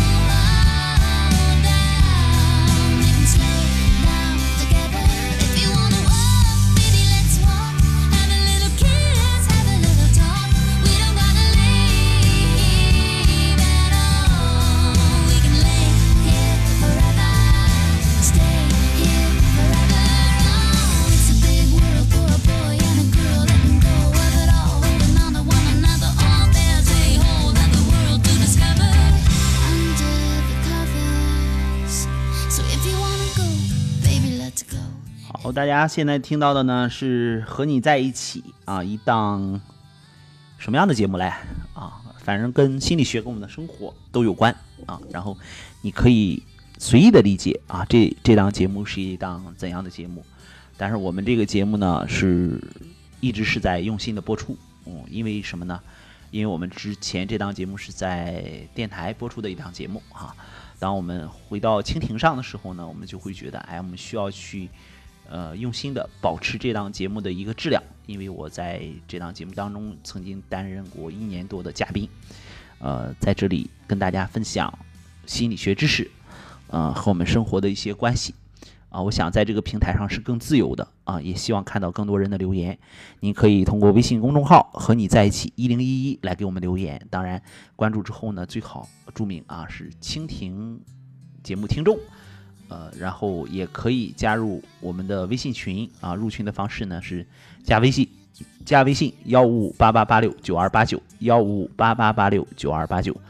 down, we can slow down together. If you wanna walk, baby, let's walk. Have a little kiss, have a little talk. We don't gotta leave at all. We can lay here forever, stay here forever. Oh, it's a big world for a boy and a girl, letting go of it all, holding on to one another. All there's a whole other world to discover under the covers. So if you wanna go, baby, let's go. 好，大家现在听到的呢是和你在一起啊，一档什么样的节目嘞啊？反正跟心理学跟我们的生活都有关啊。然后你可以随意的理解啊，这档节目是一档怎样的节目？但是我们这个节目呢一直是在用心的播出，因为什么呢？因为我们之前这档节目是在电台播出的一档节目啊。当我们回到蜻蜓上的时候呢，我们就会觉得，我们需要去用心的保持这档节目的一个质量。因为我在这档节目当中曾经担任过1年多的嘉宾，在这里跟大家分享心理学知识，和我们生活的一些关系。我想在这个平台上是更自由的啊，也希望看到更多人的留言。您可以通过微信公众号和你在一起1011来给我们留言。当然，关注之后呢，最好注明是蜻蜓节目听众，然后也可以加入我们的微信群啊。入群的方式呢是加微信15588692289，15588692289。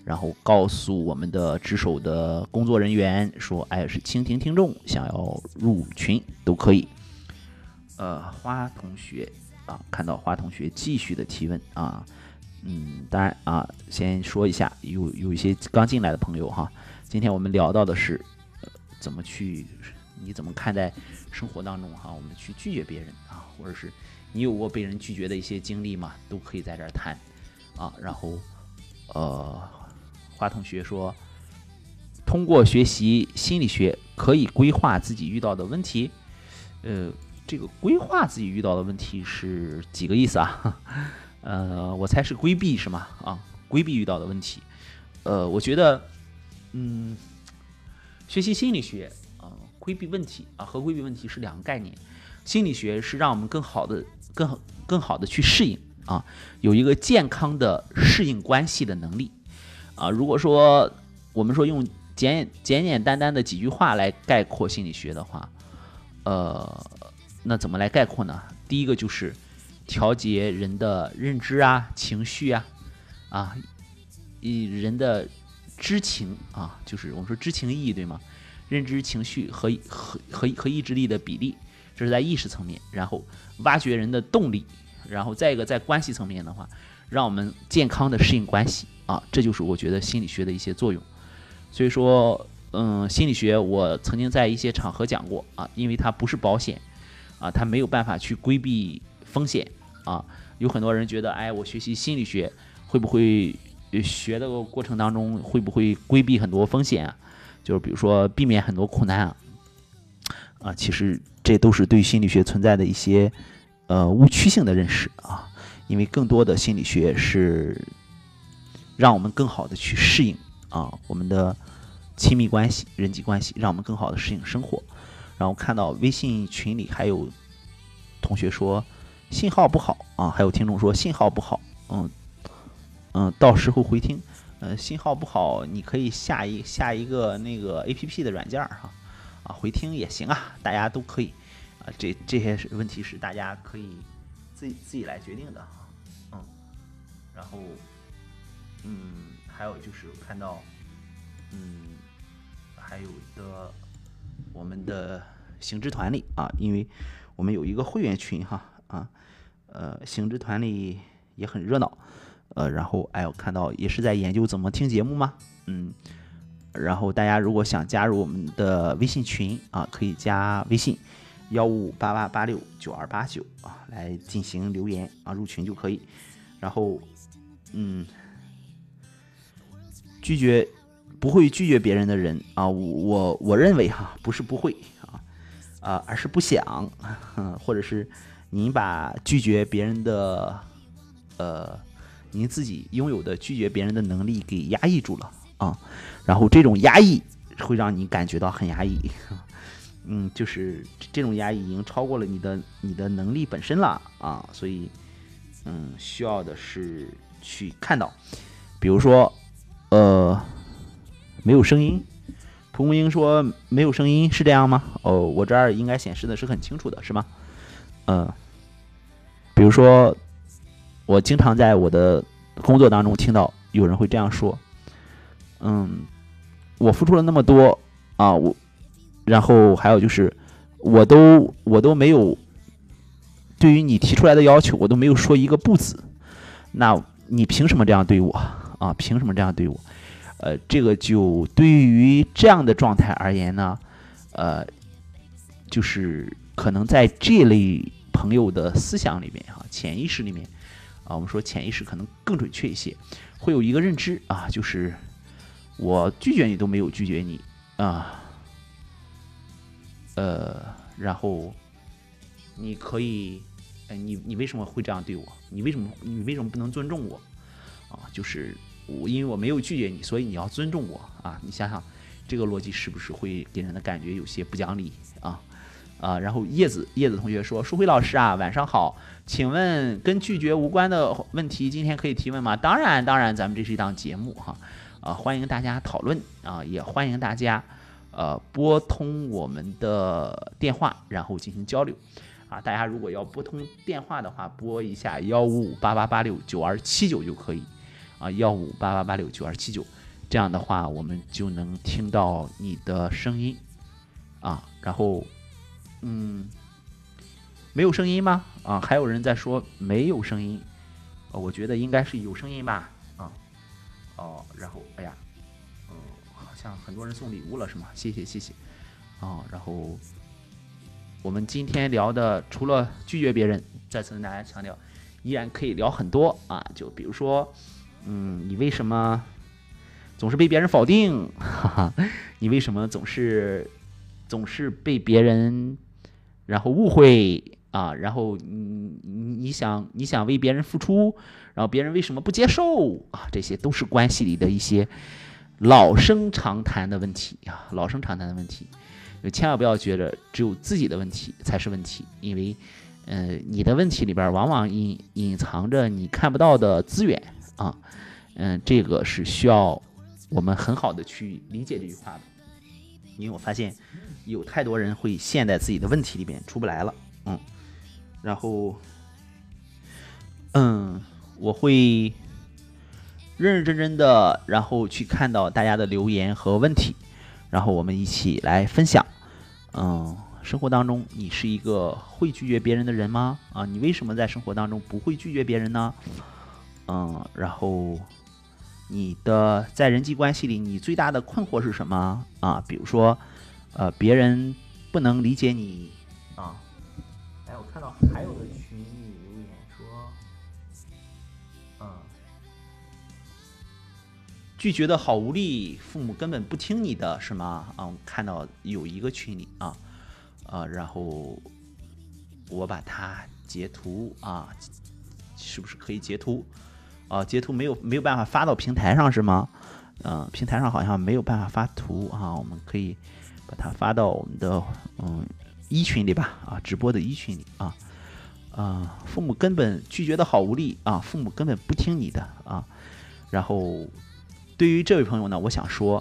然后告诉我们的值守的工作人员说，哎，是蜻蜓听众，想要入群都可以。花同学啊，看到花同学继续的提问啊，当然啊，先说一下，有一些刚进来的朋友哈，今天我们聊到的是，你怎么看待生活当中哈，我们去拒绝别人啊，或者是你有过被人拒绝的一些经历吗？都可以在这儿谈啊。然后花同学说，通过学习心理学可以规划自己遇到的问题。这个规划自己遇到的问题是几个意思啊？我猜是规避是吗？啊，规避遇到的问题。我觉得，学习心理学规避问题啊和规避问题是两个概念。心理学是让我们更好的去适应啊，有一个健康的适应关系的能力啊。如果说我们说用简单的几句话来概括心理学的话，那怎么来概括呢？第一个就是调节人的认知啊、情绪啊，人的知情啊，就是我们说知情意，对吗？认知、情绪和意志力的比例，这是在意识层面。然后挖掘人的动力，然后再一个在关系层面的话，让我们健康的适应关系啊，这就是我觉得心理学的一些作用。所以说，心理学我曾经在一些场合讲过啊，因为它不是保险啊，它没有办法去规避风险啊。有很多人觉得，哎，我学习心理学会不会学的过程当中会不会规避很多风险啊？就是比如说避免很多苦难啊，其实这都是对心理学存在的一些误区性的认识啊。因为更多的心理学是让我们更好的去适应啊我们的亲密关系、人际关系，让我们更好的适应生活。然后看到微信群里还有同学说信号不好啊，还有听众说信号不好，到时候回听，信号不好，你可以下一个那个 APP 的软件哈，回听也行啊，大家都可以啊，这些问题是大家可以自己来决定的哈，然后还有就是看到还有的我们的行知团里啊，因为我们有一个会员群哈行知团里也很热闹，然后我看到也是在研究怎么听节目嘛，然后大家如果想加入我们的微信群啊，可以加微信15588869289啊来进行留言啊，入群就可以。然后不会拒绝别人的人啊，我认为不是不会而是不想，或者是您把拒绝别人的您自己拥有的拒绝别人的能力给压抑住了啊，然后这种压抑会让你感觉到很压抑，就是这种压抑已经超过了你的能力本身了啊，所以需要的是去看到，比如说没有声音，蒲公英说没有声音是这样吗？我这儿应该显示的是很清楚的，是吗？比如说我经常在我的工作当中听到有人会这样说，我付出了那么多啊，然后还有就是我都没有对于你提出来的要求我都没有说一个不字，那你凭什么这样对我啊？凭什么这样对我？这个就对于这样的状态而言呢，就是可能在这类朋友的思想里面潜意识里面我们说潜意识可能更准确一些，会有一个认知就是我拒绝你都没有拒绝你然后你可以，你为什么会这样对我？你为什么不能尊重我就是因为我没有拒绝你，所以你要尊重我你想想这个逻辑是不是会给人的感觉有些不讲理然后叶子同学说，舒辉老师晚上好，请问跟拒绝无关的问题今天可以提问吗？当然，咱们这是一档节目欢迎大家讨论也欢迎大家拨通我们的电话，然后进行交流大家如果要拨通电话的话，拨一下15588869279就可以15588869279。 这样的话我们就能听到你的声音啊。然后没有声音吗？啊，还有人在说没有声音，我觉得应该是有声音吧。然后哎呀，好像很多人送礼物了是吗？谢谢。然后我们今天聊的除了拒绝别人，再次跟大家强调，依然可以聊很多啊。就比如说，你为什么总是被别人否定？你为什么总是被别人然后误会啊？然后你想为别人付出，然后别人为什么不接受啊？这些都是关系里的一些老生常谈的问题啊，老生常谈的问题。千万不要觉得只有自己的问题才是问题，因为你的问题里边往往隐藏着你看不到的资源啊。这个是需要我们很好的去理解这句话的，因为我发现有太多人会陷在自己的问题里边出不来了。然后我会认认真真的然后去看到大家的留言和问题，然后我们一起来分享。生活当中你是一个会拒绝别人的人吗？你为什么在生活当中不会拒绝别人呢？然后你的在人际关系里你最大的困惑是什么啊？比如说别人不能理解你啊。我看到还有的群里留言说拒绝的好无力，父母根本不听你的是吗？我看到有一个群里然后我把它截图是不是可以截图？截图没有办法发到平台上是吗？平台上好像没有办法发图我们可以把它发到我们的一群里吧直播的一群里父母根本拒绝的好无力父母根本不听你的然后对于这位朋友呢，我想说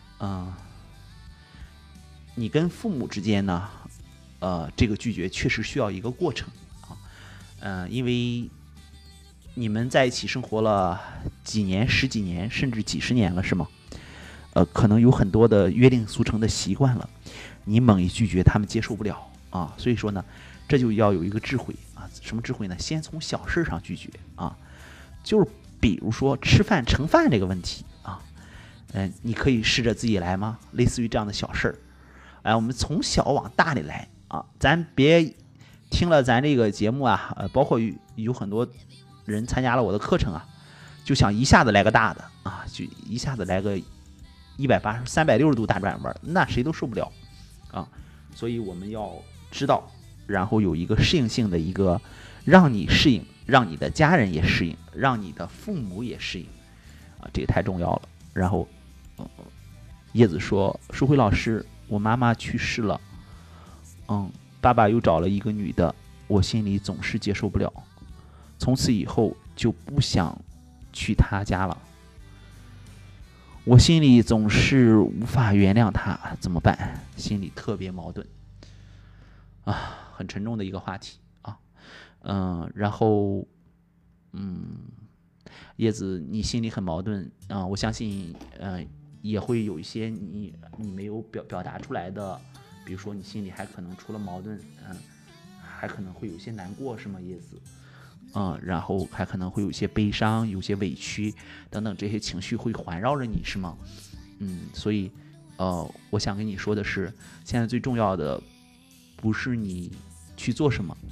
你跟父母之间呢这个拒绝确实需要一个过程因为你们在一起生活了几年、十几年，甚至几十年了，是吗？可能有很多的约定俗成的习惯了，你猛一拒绝，他们接受不了所以说呢，这就要有一个智慧什么智慧呢？先从小事上拒绝就是比如说吃饭盛饭这个问题你可以试着自己来吗？类似于这样的小事我们从小往大里来咱别听了咱这个节目包括有很多人参加了我的课程就想一下子来个大的就一下子来个180、360度大转弯，那谁都受不了所以我们要知道，然后有一个适应性的一个让你适应，让你的家人也适应，让你的父母也适应这个太重要了。然后叶子说，淑慧老师，我妈妈去世了爸爸又找了一个女的，我心里总是接受不了，从此以后就不想去他家了，我心里总是无法原谅他，怎么办？心里特别矛盾很沉重的一个话题然后叶子你心里很矛盾我相信也会有一些你没有表达出来的，比如说你心里还可能除了矛盾还可能会有些难过是吗？叶子然后还可能会有一些悲伤，有些委屈等等，这些情绪会环绕着你是吗？所以我想跟你说的是，现在最重要的不是你去做什么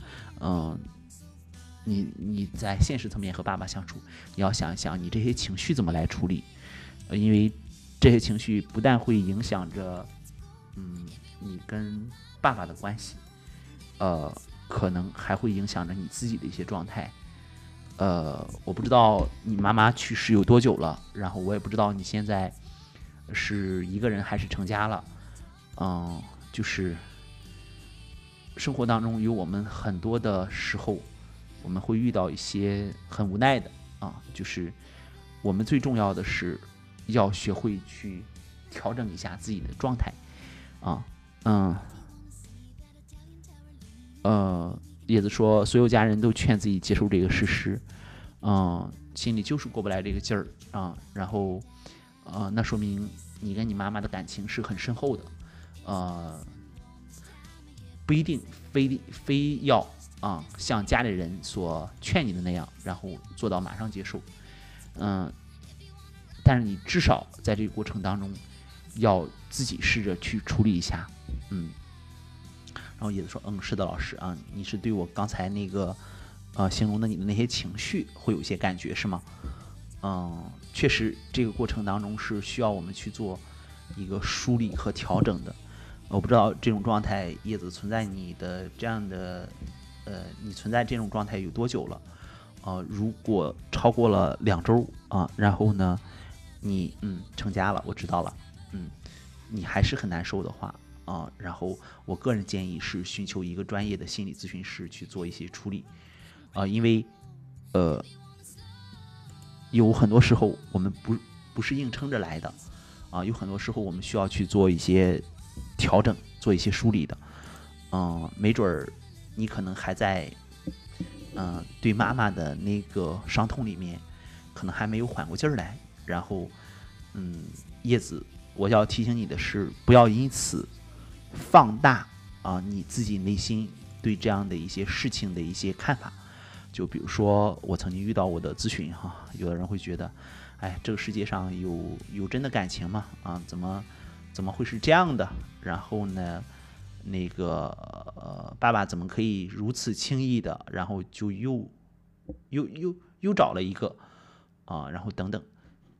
你在现实层面和爸爸相处，你要想一想你这些情绪怎么来处理因为这些情绪不但会影响着你跟爸爸的关系可能还会影响着你自己的一些状态我不知道你妈妈去世有多久了，然后我也不知道你现在是一个人还是成家了就是生活当中有我们很多的时候我们会遇到一些很无奈的就是我们最重要的是要学会去调整一下自己的状态叶子说，所有家人都劝自己接受这个事实心里就是过不来这个劲儿然后那说明你跟你妈妈的感情是很深厚的，不一定非要像家里人所劝你的那样，然后做到马上接受，但是你至少在这个过程当中，要自己试着去处理一下，然后叶子说，是的，老师啊，你是对我刚才那个形容的你的那些情绪会有一些感觉是吗？确实，这个过程当中是需要我们去做一个梳理和调整的。我不知道这种状态，叶子存在你的这样的，你存在这种状态有多久了？如果超过了2周然后呢，你成家了，我知道了，你还是很难受的话然后我个人建议是寻求一个专业的心理咨询师去做一些处理，因为有很多时候我们不是硬撑着来的有很多时候我们需要去做一些调整，做一些梳理的，没准儿你可能还在对妈妈的那个伤痛里面，可能还没有缓过劲儿来，然后叶子，我要提醒你的是，不要因此放大你自己内心对这样的一些事情的一些看法。就比如说我曾经遇到我的咨询有的人会觉得，这个世界上有真的感情吗？怎么会是这样的？然后呢，那个爸爸怎么可以如此轻易的，然后就又找了一个然后等等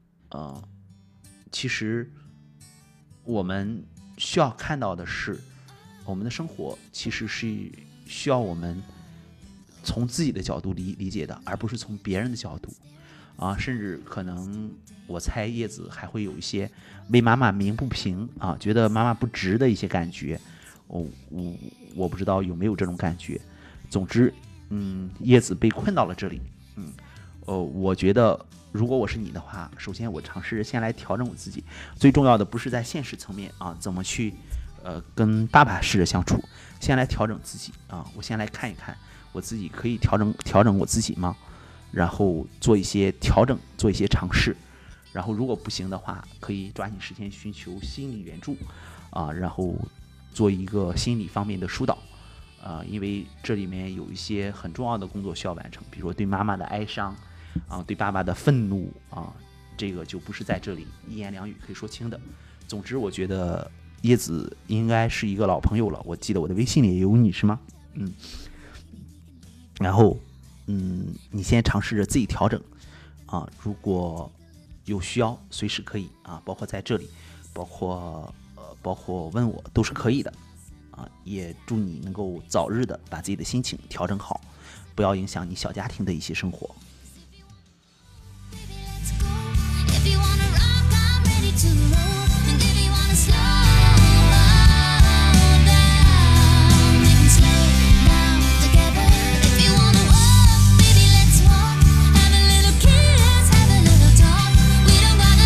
其实我们需要看到的是，我们的生活其实是需要我们从自己的角度理解的，而不是从别人的角度甚至可能我猜叶子还会有一些为妈妈鸣不平觉得妈妈不值的一些感觉，我不知道有没有这种感觉。总之叶子被困到了这里，我觉得如果我是你的话，首先我尝试先来调整我自己，最重要的不是在现实层面怎么去跟爸爸试着相处，先来调整自己我先来看一看我自己可以调整我自己吗？然后做一些调整，做一些尝试，然后如果不行的话，可以抓紧时间寻求心理援助然后做一个心理方面的疏导因为这里面有一些很重要的工作需要完成，比如说对妈妈的哀伤对爸爸的愤怒这个就不是在这里一言两语可以说清的。总之我觉得叶子应该是一个老朋友了，我记得我的微信里也有你是吗？然后你先尝试着自己调整如果有需要随时可以包括在这里，包括问我都是可以的也祝你能够早日的把自己的心情调整好，不要影响你小家庭的一些生活。 If you wanna rock, I'm ready to roll. And if you wanna slow down, we can slow down together. If you wanna walk, baby, let's walk. Have a little kiss, have a little talk. We don't gotta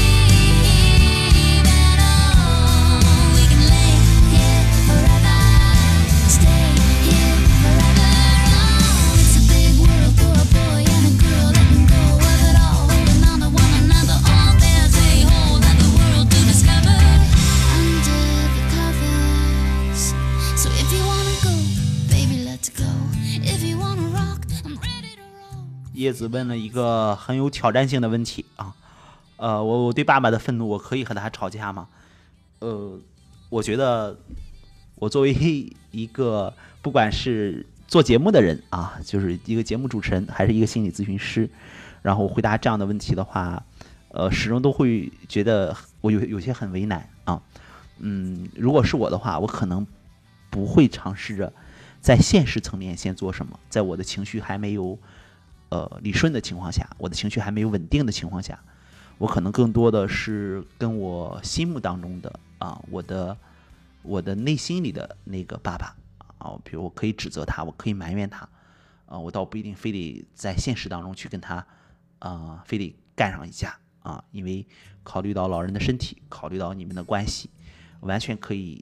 leave at all. We can lay here forever, stay here forever. Oh, it's a big world for a boy and a girl. Letting go of it all, holding on to one another. All there's a whole other world to discover under the covers. So if you wanna go, baby, let's go. If you wanna rock, I'm ready to roll. 叶子问了一个很有挑战性的问题我对爸爸的愤怒，我可以和他吵架吗？我觉得我作为一个不管是做节目的人就是一个节目主持人，还是一个心理咨询师，然后回答这样的问题的话，始终都会觉得我有些很为难如果是我的话，我可能不会尝试着在现实层面先做什么，在我的情绪还没有理顺的情况下，我的情绪还没有稳定的情况下，我可能更多的是跟我心目当中的我的内心里的那个爸爸比如我可以指责他，我可以埋怨他我倒不一定非得在现实当中去跟他非得干上一架因为考虑到老人的身体，考虑到你们的关系，完全可以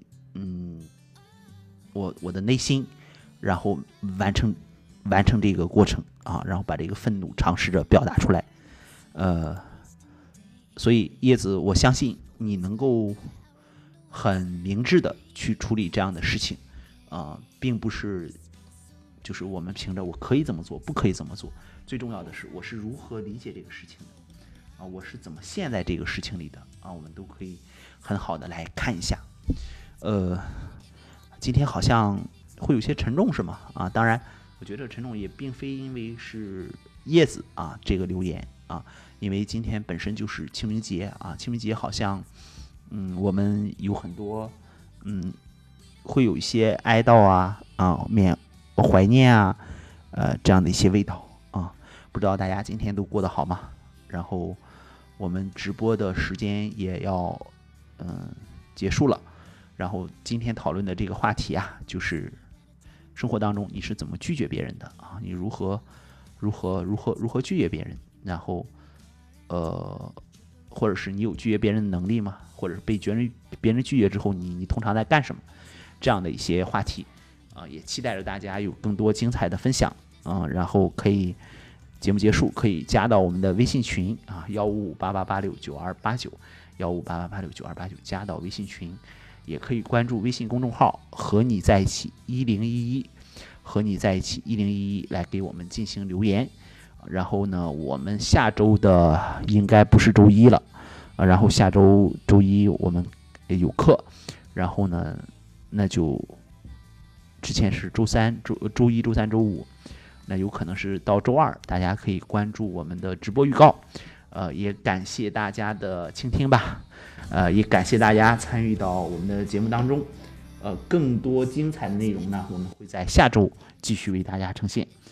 我的内心，然后完成这个过程然后把这个愤怒尝试着表达出来所以叶子，我相信你能够很明智的去处理这样的事情，并不是就是我们凭着我可以怎么做，不可以怎么做，最重要的是我是如何理解这个事情的，我是怎么陷在这个事情里的，我们都可以很好的来看一下。今天好像会有些沉重是吗？当然我觉得沉重也并非因为是叶子这个留言因为今天本身就是清明节清明节好像我们有很多会有一些哀悼怀念这样的一些味道不知道大家今天都过得好吗？然后我们直播的时间也要结束了，然后今天讨论的这个话题就是生活当中你是怎么拒绝别人的你如何拒绝别人，然后或者是你有拒绝别人的能力吗？或者是被别人拒绝之后你通常在干什么？这样的一些话题也期待着大家有更多精彩的分享然后可以节目结束可以加到我们的微信群15588869289 15588869289加到微信群，也可以关注微信公众号和你在一起1011和你在一起1011来给我们进行留言。然后呢，我们下周的应该不是周一了然后下周周一我们有课，然后呢那就之前是周一周三周五，那有可能是到周二，大家可以关注我们的直播预告。也感谢大家的倾听吧，也感谢大家参与到我们的节目当中。更多精彩的内容呢，我们会在下周继续为大家呈现。